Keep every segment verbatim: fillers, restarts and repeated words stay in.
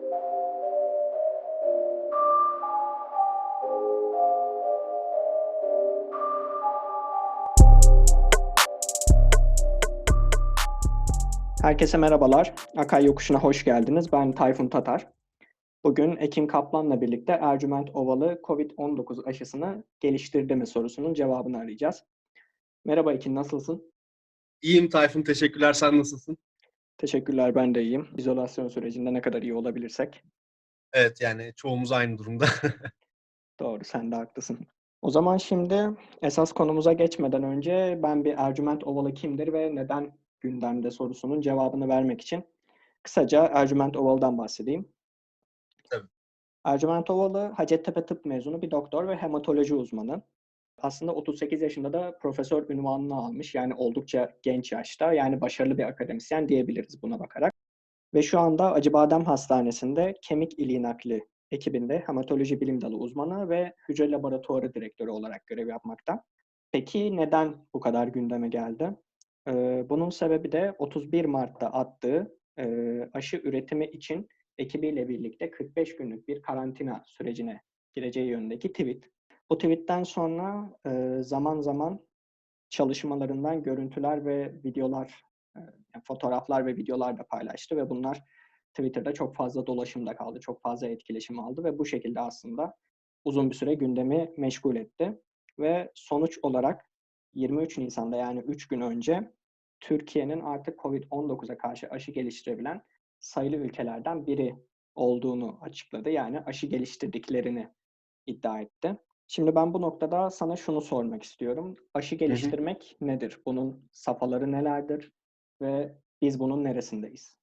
Herkese merhabalar. Akay Yokuşu'na hoş geldiniz. Ben Tayfun Tatar. Bugün Ekin Kaplan'la birlikte Ercüment Ovalı covid on dokuz aşısını geliştirdi mi sorusunun cevabını arayacağız. Merhaba Ekin, nasılsın? İyiyim Tayfun, teşekkürler. Sen nasılsın? Teşekkürler, ben de iyiyim. İzolasyon sürecinde ne kadar iyi olabilirsek. Evet, yani çoğumuz aynı durumda. Doğru, sen de haklısın. O zaman şimdi esas konumuza geçmeden önce ben bir Ercüment Ovalı kimdir ve neden gündemde sorusunun cevabını vermek için kısaca Ercüment Ovalı'dan bahsedeyim. Tabii. Ercüment Ovalı, Hacettepe Tıp mezunu bir doktor ve hematoloji uzmanı. Aslında otuz sekiz yaşında da profesör unvanını almış. Yani oldukça genç yaşta, yani başarılı bir akademisyen diyebiliriz buna bakarak. Ve şu anda Acıbadem Hastanesi'nde kemik iliği nakli ekibinde hematoloji bilim dalı uzmanı ve hücre laboratuvarı direktörü olarak görev yapmakta. Peki neden bu kadar gündeme geldi? Ee, bunun sebebi de otuz bir Mart'ta attığı e, aşı üretimi için ekibiyle birlikte kırk beş günlük bir karantina sürecine gireceği yönündeki tweet. Bu tweetten sonra e, zaman zaman çalışmalarından görüntüler ve videolar, e, yani fotoğraflar ve videolar da paylaştı ve bunlar Twitter'da çok fazla dolaşımda kaldı, çok fazla etkileşim aldı ve bu şekilde aslında uzun bir süre gündemi meşgul etti. Ve sonuç olarak yirmi üç Nisan'da, yani üç gün önce Türkiye'nin artık covid on dokuza karşı aşı geliştirebilen sayılı ülkelerden biri olduğunu açıkladı. Yani aşı geliştirdiklerini iddia etti. Şimdi ben bu noktada sana şunu sormak istiyorum. Aşı Hı hı. geliştirmek nedir? Bunun safhaları nelerdir? Ve biz bunun neresindeyiz?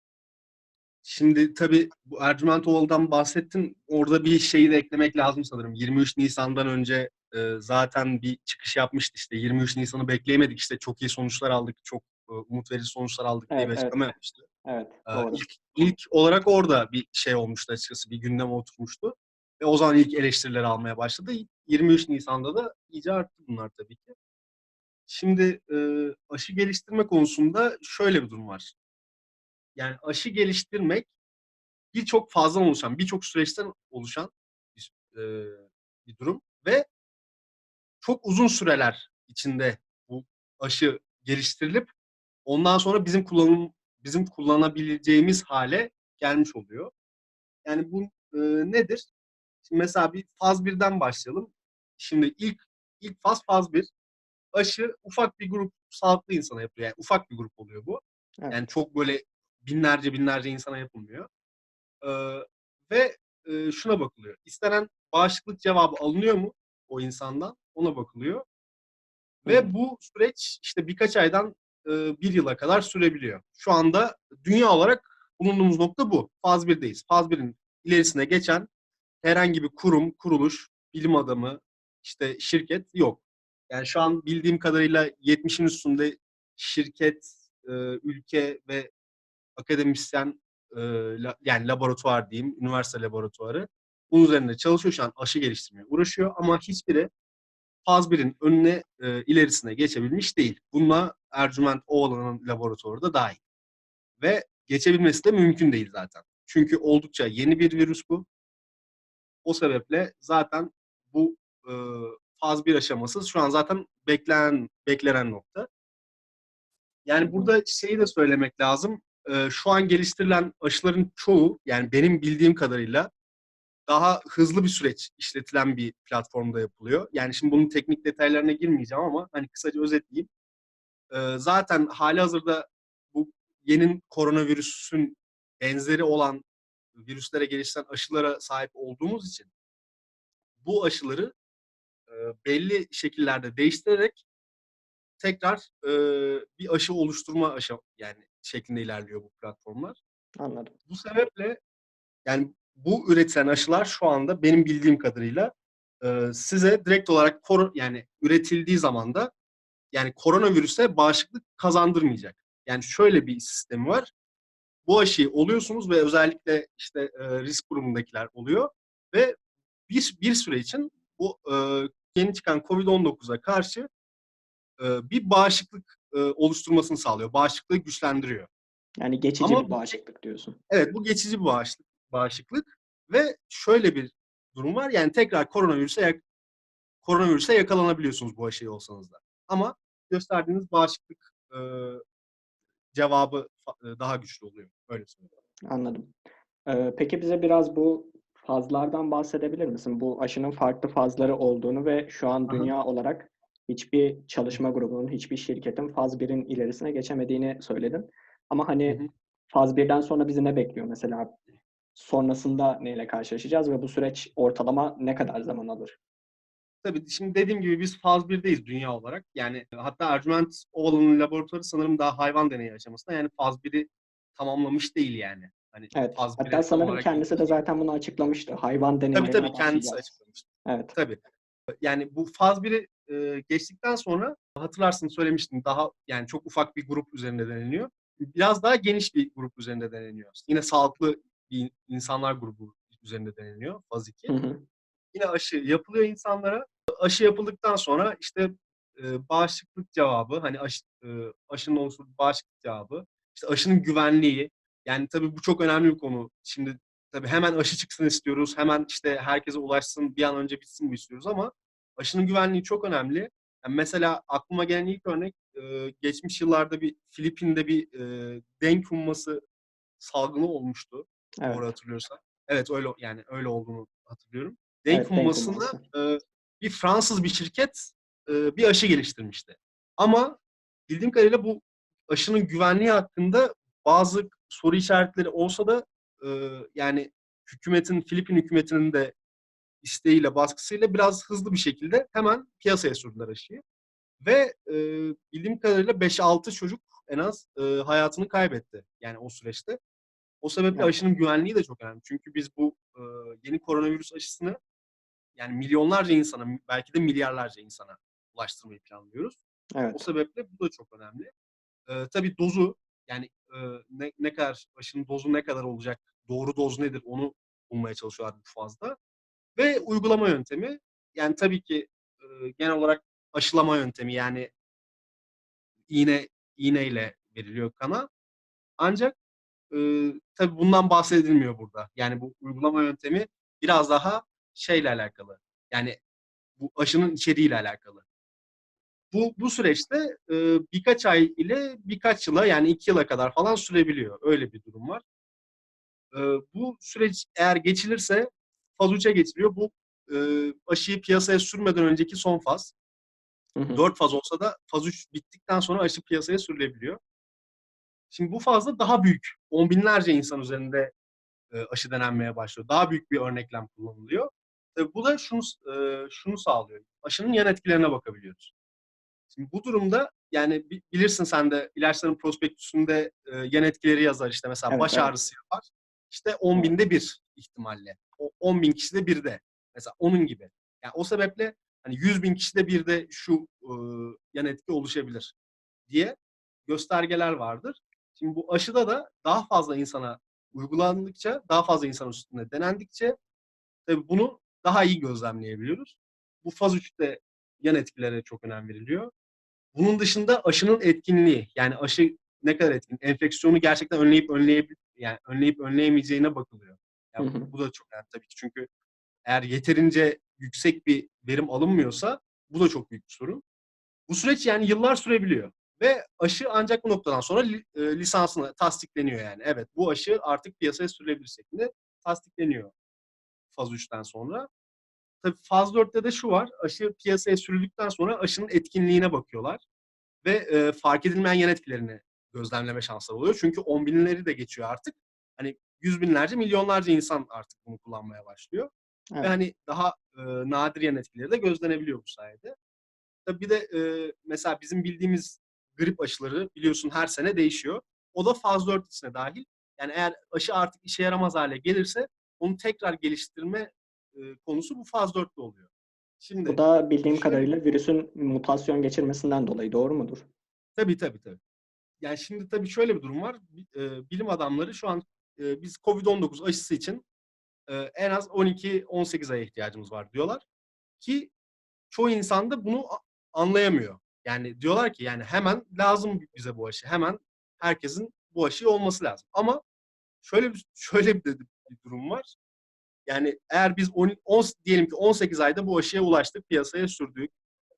Şimdi tabii bu Ercüment Ovalı'dan bahsettin. Orada bir şeyi de eklemek lazım sanırım. yirmi üç Nisan'dan önce e, zaten bir çıkış yapmıştı işte. yirmi üç Nisan'ı bekleyemedik işte. Çok iyi sonuçlar aldık, çok e, umut verici sonuçlar aldık diye Evet, bir evet, açıklama yapmıştı. evet, E, doğru. ilk, ilk olarak orada bir şey olmuştu açıkçası. Bir gündeme oturmuştu. Ve o zaman ilk eleştirileri almaya başladı. yirmi üç Nisan'da da iyice arttı bunlar tabii ki. Şimdi e, aşı geliştirme konusunda şöyle bir durum var. Yani aşı geliştirmek birçok fazdan oluşan, birçok süreçten oluşan bir, e, bir durum ve çok uzun süreler içinde bu aşı geliştirilip ondan sonra bizim kullanım bizim kullanabileceğimiz hale gelmiş oluyor. Yani bu e, nedir? Şimdi mesela bir faz birden başlayalım. Şimdi ilk ilk faz faz bir. Aşı ufak bir grup sağlıklı insana yapılıyor. Yani ufak bir grup oluyor bu. Yani Evet. çok böyle binlerce binlerce insana yapılmıyor. Ee, ve e, şuna bakılıyor. İstenen bağışıklık cevabı alınıyor mu o insandan? Ona bakılıyor. Hı hı. Ve bu süreç işte birkaç aydan e, bir yıla kadar sürebiliyor. Şu anda dünya olarak bulunduğumuz nokta bu. Faz birdeyiz. Faz birin ilerisine geçen herhangi bir kurum, kuruluş, bilim adamı, işte şirket yok. Yani şu an bildiğim kadarıyla yetmişin üstünde şirket, e, ülke ve akademisyen, e, la, yani laboratuvar diyeyim, üniversite laboratuvarı bunun üzerinde çalışıyor, şu an aşı geliştirmeye uğraşıyor ama hiçbiri faz birin önüne, e, ilerisine geçebilmiş değil. Bununla Ercüment Ovalı'nın laboratuvarı da dahil. Ve geçebilmesi de mümkün değil zaten. Çünkü oldukça yeni bir virüs bu. O sebeple zaten bu e, faz bir aşaması şu an zaten beklenen beklenen nokta. Hı Yani hı. burada şeyi de söylemek lazım. E, şu an geliştirilen aşıların çoğu, yani benim bildiğim kadarıyla daha hızlı bir süreç işletilen bir platformda yapılıyor. Yani şimdi bunun teknik detaylarına girmeyeceğim ama hani kısaca özetleyeyim. E, zaten halihazırda bu yeni koronavirüsün benzeri olan virüslere geliştiren aşılara sahip olduğumuz için bu aşıları e, belli şekillerde değiştirerek tekrar e, bir aşı oluşturma aşı yani şeklinde ilerliyor bu platformlar. Anladım. Bu sebeple yani bu üretilen aşılar şu anda benim bildiğim kadarıyla e, size direkt olarak kor yani üretildiği zaman da yani koronavirüse bağışıklık kazandırmayacak. Yani şöyle bir sistemi var. Bu aşıyı oluyorsunuz ve özellikle işte e, risk grubumundakiler oluyor ve bir, bir süre için bu e, yeni çıkan covid on dokuza karşı e, bir bağışıklık e, oluşturmasını sağlıyor. Bağışıklığı güçlendiriyor. Yani geçici Ama bir bağışıklık diyorsun. evet, bu geçici bir bağışıklık. bağışıklık ve şöyle bir durum var. Yani tekrar koronavirüse yak- koronavirüse yakalanabiliyorsunuz bu aşıyı olsanız da. Ama gösterdiğiniz bağışıklık e, cevabı fa- e, daha güçlü oluyor. Öyle söyleyeyim. Anladım. Ee, peki bize biraz bu fazlardan bahsedebilir misin? Bu aşının farklı fazları olduğunu ve şu an Aha. dünya olarak hiçbir çalışma grubunun, hiçbir şirketin faz birin ilerisine geçemediğini söyledin. Ama Hı hani hı. faz birden sonra bizi ne bekliyor mesela? Sonrasında neyle karşılaşacağız ve bu süreç ortalama ne kadar zaman alır? Tabii şimdi dediğim gibi biz faz birdeyiz dünya olarak. Yani e, hatta Ercüment Ovalı'nın laboratuvarı sanırım daha hayvan deneyi aşamasında. Yani faz biri tamamlamış değil yani. Hani Evet. faz Hatta bire tam sanırım olarak kendisi de geçmiş değil. zaten bunu açıklamıştı. Hayvan Tabii tabii deneylerine kendisi başlayacağız. açıklamıştı. Evet. Tabii. Yani bu faz biri e, geçtikten sonra hatırlarsın söylemiştim daha yani çok ufak bir grup üzerinde deneniyor. Biraz daha geniş bir grup üzerinde deneniyor. Yine sağlıklı bir insanlar grubu üzerinde deneniyor faz Hı iki. hı. Yine aşı yapılıyor insanlara. Aşı yapıldıktan sonra işte e, bağışıklık cevabı, hani aşı, e, aşının oluşturduğu bağışıklık cevabı, işte aşının güvenliği. Yani tabii bu çok önemli bir konu. Şimdi tabii hemen aşı çıksın istiyoruz, hemen işte herkese ulaşsın, bir an önce bitsin mi istiyoruz ama aşının güvenliği çok önemli. Yani mesela aklıma gelen ilk örnek e, geçmiş yıllarda bir Filipin'de bir e, dengue humması salgını olmuştu. Doğru Evet. hatırlıyorsam. Evet öyle yani öyle olduğunu hatırlıyorum. Denk Evet, denk hummasına olması. e, bir Fransız bir şirket e, bir aşı geliştirmişti. Ama bildiğim kadarıyla bu aşının güvenliği hakkında bazı soru işaretleri olsa da e, yani hükümetin, Filipin hükümetinin de isteğiyle, baskısıyla biraz hızlı bir şekilde hemen piyasaya sürdüler aşıyı. Ve e, bildiğim kadarıyla beş altı çocuk en az e, hayatını kaybetti yani o süreçte. O sebeple Evet. aşının güvenliği de çok önemli. Çünkü biz bu e, yeni koronavirüs aşısını yani milyonlarca insana, belki de milyarlarca insana ulaştırmayı planlıyoruz. O Evet. sebeple bu da çok önemli. E, tabii dozu, yani e, ne, ne kadar, aşının dozu ne kadar olacak, doğru doz nedir onu bulmaya çalışıyorlar bu fazla. Ve uygulama yöntemi, yani tabii ki e, genel olarak aşılama yöntemi, yani iğne iğneyle veriliyor kana. Ancak Ee, tabii bundan bahsedilmiyor burada. Yani bu uygulama yöntemi biraz daha şeyle alakalı. Yani bu aşının içeriğiyle alakalı. Bu, bu süreçte e, birkaç ay ile birkaç yıla yani iki yıla kadar falan sürebiliyor. Öyle bir durum var. E, bu süreç eğer geçilirse faz üçe geçiliyor. Bu e, aşıyı piyasaya sürmeden önceki son faz. Hı hı. Dört faz olsa da faz üç bittikten sonra aşı piyasaya sürülebiliyor. Şimdi bu fazda daha büyük, on binlerce insan üzerinde e, aşı denenmeye başlıyor. Daha büyük bir örneklem kullanılıyor. Tabii bu da şunu e, şunu sağlıyor. Aşının yan etkilerine bakabiliyoruz. Şimdi bu durumda yani bilirsin sen de ilaçların prospektüsünde e, yan etkileri yazar işte mesela Evet, baş evet. ağrısı yapar. İşte on Evet. binde bir ihtimalle. O on bin kişide birde. Mesela onun gibi. Yani o sebeple hani yüz bin kişide birde şu e, yan etki oluşabilir diye göstergeler vardır. Şimdi bu aşıda da daha fazla insana uygulandıkça, daha fazla insan üstünde denendikçe tabii bunu daha iyi gözlemleyebiliyoruz. Bu faz üçte yan etkilere çok önem veriliyor. Bunun dışında aşının etkinliği, yani aşı ne kadar etkin, enfeksiyonu gerçekten önleyip önleyip yani önleyip önleyemeyeceğine bakılıyor. Hı Yani hı. bu da çok önemli tabii ki çünkü eğer yeterince yüksek bir verim alınmıyorsa bu da çok büyük bir sorun. Bu süreç yani yıllar sürebiliyor. Ve aşı ancak bu noktadan sonra li, e, lisansını tasdikleniyor yani. Evet bu aşı artık piyasaya sürülebilir şeklinde tasdikleniyor faz üçten sonra. Tabii faz dörtte de şu var. Aşı piyasaya sürüldükten sonra aşının etkinliğine bakıyorlar. Ve e, fark edilmeyen yan etkilerini gözlemleme şansları oluyor. Çünkü on binleri de geçiyor artık. Hani yüz binlerce, milyonlarca insan artık bunu kullanmaya başlıyor. Ve Evet. hani daha e, nadir yan etkileri de gözlenebiliyor bu sayede. Tabii bir de e, mesela bizim bildiğimiz grip aşıları biliyorsun her sene değişiyor. O da faz dört içine dahil. Yani eğer aşı artık işe yaramaz hale gelirse onu tekrar geliştirme e, konusu bu faz dörtte oluyor. Bu Şimdi da bildiğim şöyle kadarıyla virüsün mutasyon geçirmesinden dolayı doğru mudur? tabii tabii tabii. Yani şimdi tabii şöyle bir durum var. E, bilim adamları şu an e, biz kovid on dokuz aşısı için e, en az on iki on sekiz aya ihtiyacımız var diyorlar. Ki çoğu insan da bunu anlayamıyor. Yani diyorlar ki yani hemen lazım bize bu aşı. Hemen herkesin bu aşıyı olması lazım. Ama şöyle bir şöyle bir bir durum var. Yani eğer biz on, on, diyelim ki on sekiz ayda bu aşıya ulaştık, piyasaya sürdük.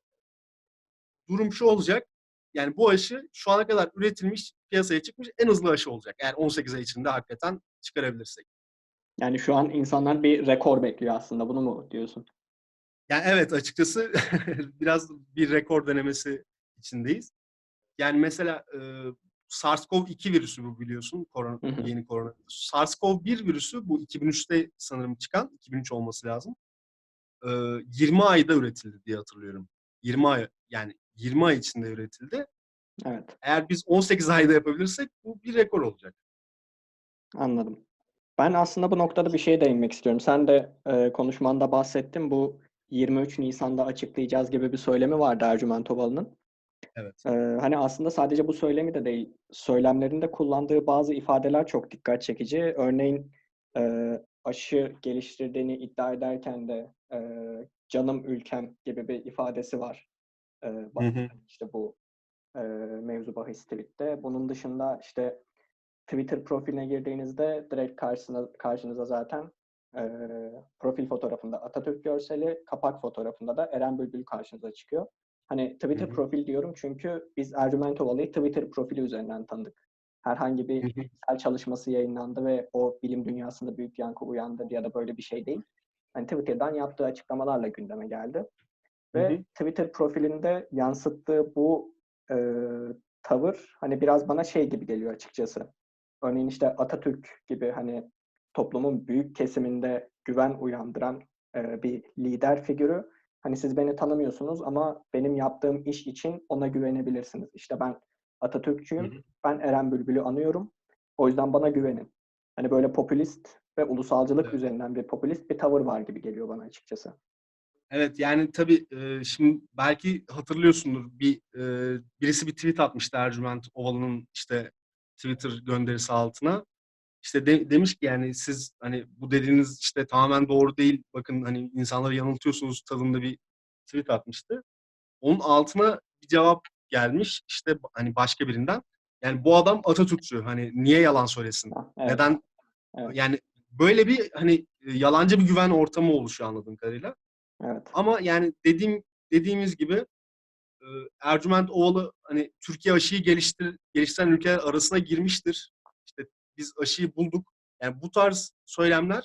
Durum şu olacak. Yani bu aşı şu ana kadar üretilmiş, piyasaya çıkmış en hızlı aşı olacak. Eğer on sekiz ay içinde hakikaten çıkarabilirsek. Yani şu an insanlar bir rekor bekliyor aslında. Bunu mu diyorsun? Yani evet, açıkçası biraz bir rekor denemesi içindeyiz. Yani mesela e, SARS-CoV iki virüsü bu, biliyorsun. Korona, Hı hı. yeni koronavirüs. SARS-CoV bir virüsü bu iki bin üçte sanırım çıkan. iki bin üç olması lazım. E, yirmi ayda üretildi diye hatırlıyorum. yirmi ay, yani yirmi ay içinde üretildi. Evet, Eğer biz on sekiz ayda yapabilirsek bu bir rekor olacak. anladım. Ben aslında bu noktada bir şeye değinmek istiyorum. Sen de e, konuşmanda bahsettin. Bu yirmi üç Nisan'da açıklayacağız gibi bir söylemi vardı Ercüment Ovalı'nın. Evet. E, hani aslında sadece bu söylemi de değil, söylemlerinde kullandığı bazı ifadeler çok dikkat çekici. Örneğin e, aşı geliştirdiğini iddia ederken de e, canım ülkem gibi bir ifadesi var. E, Hı ba- hı. işte bu e, mevzu bahis tweette. Bunun dışında işte Twitter profiline girdiğinizde direkt karşısına, karşınıza zaten e, profil fotoğrafında Atatürk görseli, kapak fotoğrafında da Eren Bülbül karşınıza çıkıyor. Hani Hı Twitter hı. profil diyorum çünkü biz Ercüment Ovalı'yı Twitter profili üzerinden tanıdık. Herhangi Hı bir hı. bilimsel çalışması yayınlandı ve o bilim dünyasında büyük yankı uyandırdı ya da böyle bir şey değil. Hani Twitter'dan yaptığı açıklamalarla gündeme geldi. Hı Ve hı. Twitter profilinde yansıttığı bu e, tavır hani biraz bana şey gibi geliyor açıkçası. Örneğin işte Atatürk gibi hani toplumun büyük kesiminde güven uyandıran e, bir lider figürü. Hani siz beni tanımıyorsunuz ama benim yaptığım iş için ona güvenebilirsiniz. İşte ben Hı Atatürkçüyüm, hı. ben Eren Bülbül'ü anıyorum. O yüzden bana güvenin. Hani böyle popülist ve ulusalcılık Evet. üzerinden bir popülist bir tavır var gibi geliyor bana açıkçası. Evet, yani tabii e, şimdi belki hatırlıyorsundur, bir e, birisi bir tweet atmıştı Ercüment Ovalı'nın işte Twitter gönderisi altına. İşte de- demiş ki yani siz hani bu dediğiniz işte tamamen doğru değil. Bakın hani insanları yanıltıyorsunuz tadında bir tweet atmıştı. Onun altına bir cevap gelmiş işte hani başka birinden. Yani bu adam Atatürkçü. Hani niye yalan söylesin? Ha, evet, Neden? evet, Yani böyle bir hani e, yalancı bir güven ortamı oluşuyor anladığım kadarıyla. evet. Ama yani dediğim dediğimiz gibi e, Ercüment Ovalı hani Türkiye aşıyı geliştir, geliştiren ülkeler arasına girmiştir. İşte biz aşıyı bulduk. Yani bu tarz söylemler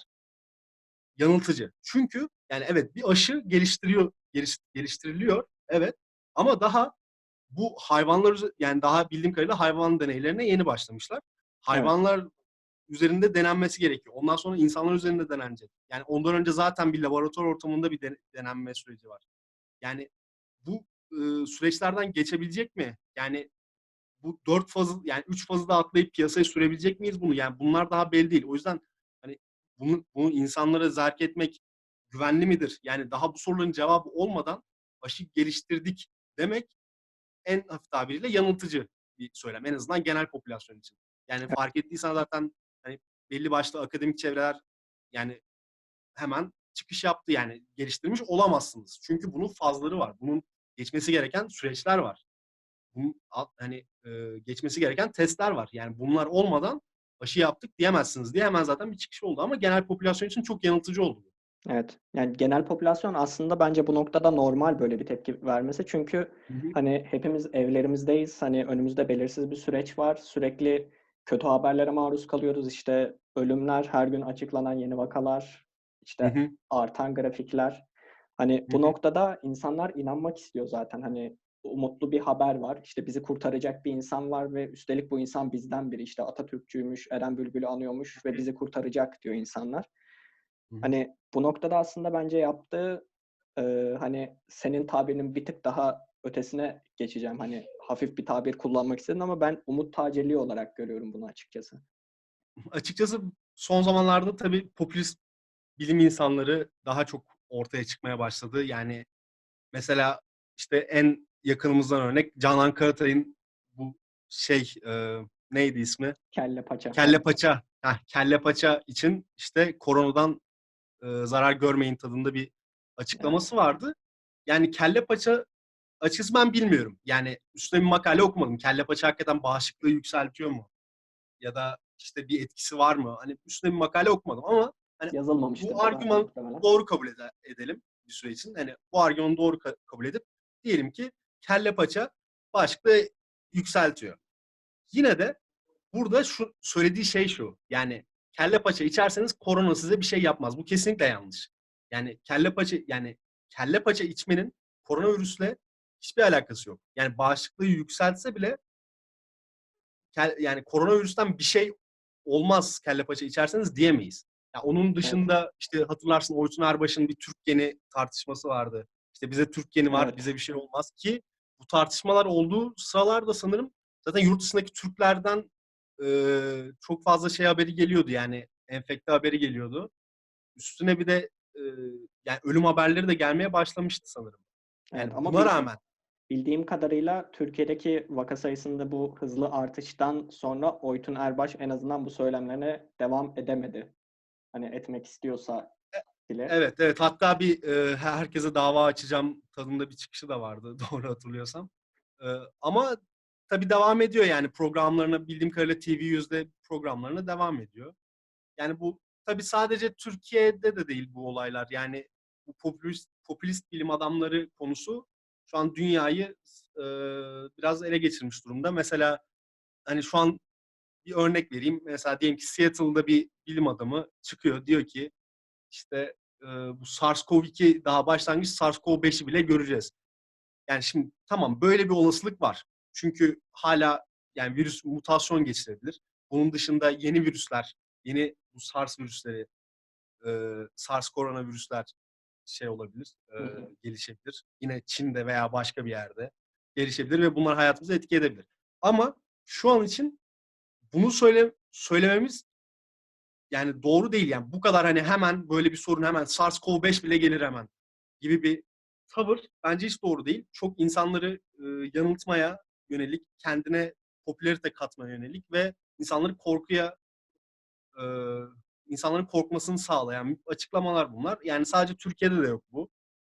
yanıltıcı. Çünkü yani evet, bir aşı geliştiriyor, geliş, geliştiriliyor. Evet. Ama daha bu hayvanlar, yani daha bildiğim kadarıyla hayvan deneylerine yeni başlamışlar. Evet. Hayvanlar üzerinde denenmesi gerekiyor. Ondan sonra insanlar üzerinde denenecek. Yani ondan önce zaten bir laboratuvar ortamında bir de, denenme süreci var. Yani bu e, süreçlerden geçebilecek mi? Yani bu dört fazı, yani üç fazı da atlayıp piyasaya sürebilecek miyiz bunu? Yani bunlar daha belli değil. O yüzden hani bunu, bunu insanlara zerk etmek güvenli midir? Yani daha bu soruların cevabı olmadan aşı geliştirdik demek en hafif tabiriyle yanıltıcı bir söylem. En azından genel popülasyon için. Yani fark ettiysen zaten hani belli başlı akademik çevreler yani hemen çıkış yaptı, yani geliştirmiş olamazsınız. Çünkü bunun fazları var. Bunun geçmesi gereken süreçler var. Bunun hani e, geçmesi gereken testler var. Yani bunlar olmadan aşı yaptık diyemezsiniz diye hemen zaten bir çıkış oldu ama genel popülasyon için çok yanıltıcı oldu. Evet. Yani genel popülasyon aslında bence bu noktada normal böyle bir tepki vermesi. Çünkü Hı hı. hani hepimiz evlerimizdeyiz. Hani önümüzde belirsiz bir süreç var. Sürekli kötü haberlere maruz kalıyoruz. İşte ölümler, her gün açıklanan yeni vakalar, Hı işte hı. artan grafikler. Hani Hı bu hı. noktada insanlar inanmak istiyor zaten. Hani umutlu bir haber var. İşte bizi kurtaracak bir insan var ve üstelik bu insan bizden biri. İşte Atatürkçüymüş, Eren Bülbül'ü anıyormuş ve bizi kurtaracak diyor insanlar. Hı hı. Hani bu noktada aslında bence yaptığı e, hani senin tabirinin bir tık daha ötesine geçeceğim. Hani hafif bir tabir kullanmak istedim ama ben umut tacirliği olarak görüyorum bunu açıkçası. Açıkçası son zamanlarda tabii popülist bilim insanları daha çok ortaya çıkmaya başladı. Yani mesela işte en yakınımızdan örnek Canan Karatay'ın bu şey e, neydi ismi? Kelle paça. Kelle paça. Heh, kelle paça için işte koronadan e, zarar görmeyin tadında bir Evet. açıklaması vardı. Yani kelle paça açısı ben bilmiyorum. Yani üstüne bir makale okumadım. Kelle paça hakikaten bağışıklığı yükseltiyor mu? Ya da işte bir etkisi var mı? Hani üstüne bir makale okumadım ama hani Yazılmamıştır bu da zaten argümanı muhtemelen. doğru kabul ede- edelim bir süre için. Hani bu argümanı doğru ka- kabul edip diyelim ki kelle paça bağışıklığı yükseltiyor. Yine de burada şu söylediği şey şu. Yani kelle paça içerseniz korona size bir şey yapmaz. Bu kesinlikle yanlış. Yani kelle paça yani kelle paça içmenin koronavirüsle hiçbir alakası yok. Yani bağışıklığı yükseltse bile yani koronavirüsten bir şey olmaz kelle paça içerseniz diyemeyiz. Yani onun Evet. dışında işte hatırlarsın Oytun Erbaş'ın bir Türk geni tartışması vardı. İşte bize Türk geni var, Evet. bize bir şey olmaz ki bu tartışmalar olduğu sıralarda sanırım zaten yurt dışındaki Türklerden e, çok fazla şey haberi geliyordu yani enfekte haberi geliyordu. Üstüne bir de e, yani ölüm haberleri de gelmeye başlamıştı sanırım. Evet Yani ama buna bil- rağmen bildiğim kadarıyla Türkiye'deki vaka sayısında bu hızlı artıştan sonra Oytun Erbaş en azından bu söylemlerine devam edemedi. Hani etmek istiyorsa bile. evet, evet. Hatta bir e, herkese dava açacağım tadında bir çıkışı da vardı doğru hatırlıyorsam. E, ama tabii devam ediyor yani programlarına bildiğim kadarıyla T V yüzde programlarına devam ediyor. Yani bu tabii sadece Türkiye'de de değil bu olaylar. Yani bu popülist, popülist bilim adamları konusu şu an dünyayı e, biraz ele geçirmiş durumda. Mesela hani şu an bir örnek vereyim. Mesela diyelim ki Seattle'da bir bilim adamı çıkıyor diyor ki işte e, bu SARS-CoV iki daha başlangıç SARS-CoV beşi bile göreceğiz. Yani şimdi tamam böyle bir olasılık var. Çünkü hala yani virüs mutasyon geçirebilir. Bunun dışında yeni virüsler, yeni bu SARS virüsleri, e, SARS koronavirüsler şey olabilir, e, Hı hı. gelişebilir. Yine Çin'de veya başka bir yerde gelişebilir ve bunlar hayatımızı etki edebilir. Ama şu an için bunu söyle söylememiz yani doğru değil yani. Bu kadar hani hemen böyle bir sorun hemen SARS-CoV beş bile gelir hemen gibi bir tavır bence hiç doğru değil. Çok insanları e, yanıltmaya yönelik, kendine popülarite katmaya yönelik ve insanları korkuya e, insanların korkmasını sağlayan açıklamalar bunlar. Yani sadece Türkiye'de de yok bu.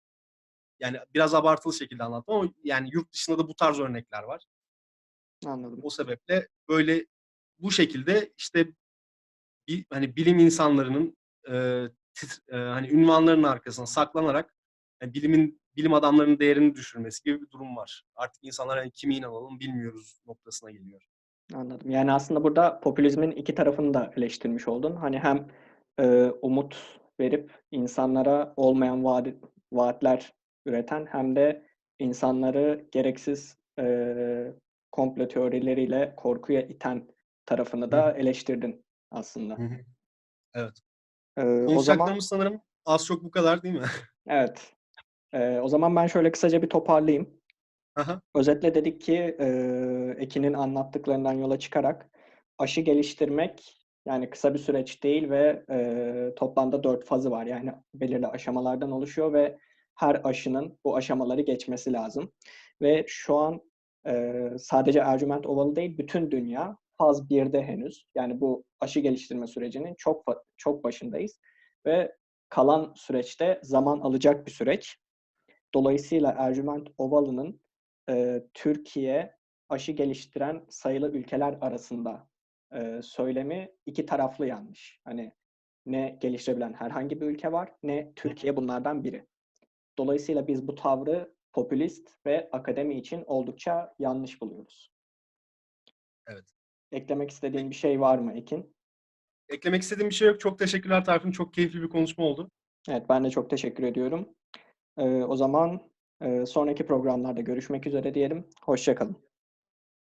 Yani biraz abartılı şekilde anlattım ama yani yurt dışında da bu tarz örnekler var. Anladım. O sebeple böyle bu şekilde işte bir, hani bilim insanlarının e, tit- e, hani ünvanlarının arkasına saklanarak yani bilimin bilim adamlarının değerini düşürmesi gibi bir durum var. Artık insanlar hani kime inanalım bilmiyoruz noktasına geliyor. Anladım. Yani aslında burada popülizmin iki tarafını da eleştirmiş oldun. Hani hem e, umut verip insanlara olmayan vaat, vaatler üreten hem de insanları gereksiz e, komplo teorileriyle korkuya iten tarafını Hı hı, da eleştirdin aslında. hı hı. Evet. E, o zaman Konuşacaklarımız sanırım az çok bu kadar değil mi? evet. E, o zaman ben şöyle kısaca bir toparlayayım. Aha. Özetle dedik ki e, Ekin'in anlattıklarından yola çıkarak aşı geliştirmek yani kısa bir süreç değil ve e, toplamda dört fazı var. Yani belirli aşamalardan oluşuyor ve her aşının bu aşamaları geçmesi lazım. Ve şu an e, sadece Ercüment Ovalı değil bütün dünya faz birde henüz. Yani bu aşı geliştirme sürecinin çok çok başındayız ve kalan süreçte zaman alacak bir süreç. Dolayısıyla Ercüment Ovalı'nın e, Türkiye aşı geliştiren sayılı ülkeler arasında e, söylemi iki taraflı yanlış. Hani ne geliştirebilen herhangi bir ülke var ne Hı hı. Türkiye bunlardan biri. Dolayısıyla biz bu tavrı popülist ve akademi için oldukça yanlış buluyoruz. Evet. Eklemek istediğin Peki, bir şey var mı Ekin? eklemek istediğim bir şey yok. Çok teşekkürler Tayfun. Çok keyifli bir konuşma oldu. Evet, ben de çok teşekkür ediyorum. E, o zaman e, sonraki programlarda görüşmek üzere diyelim. Hoşça kalın.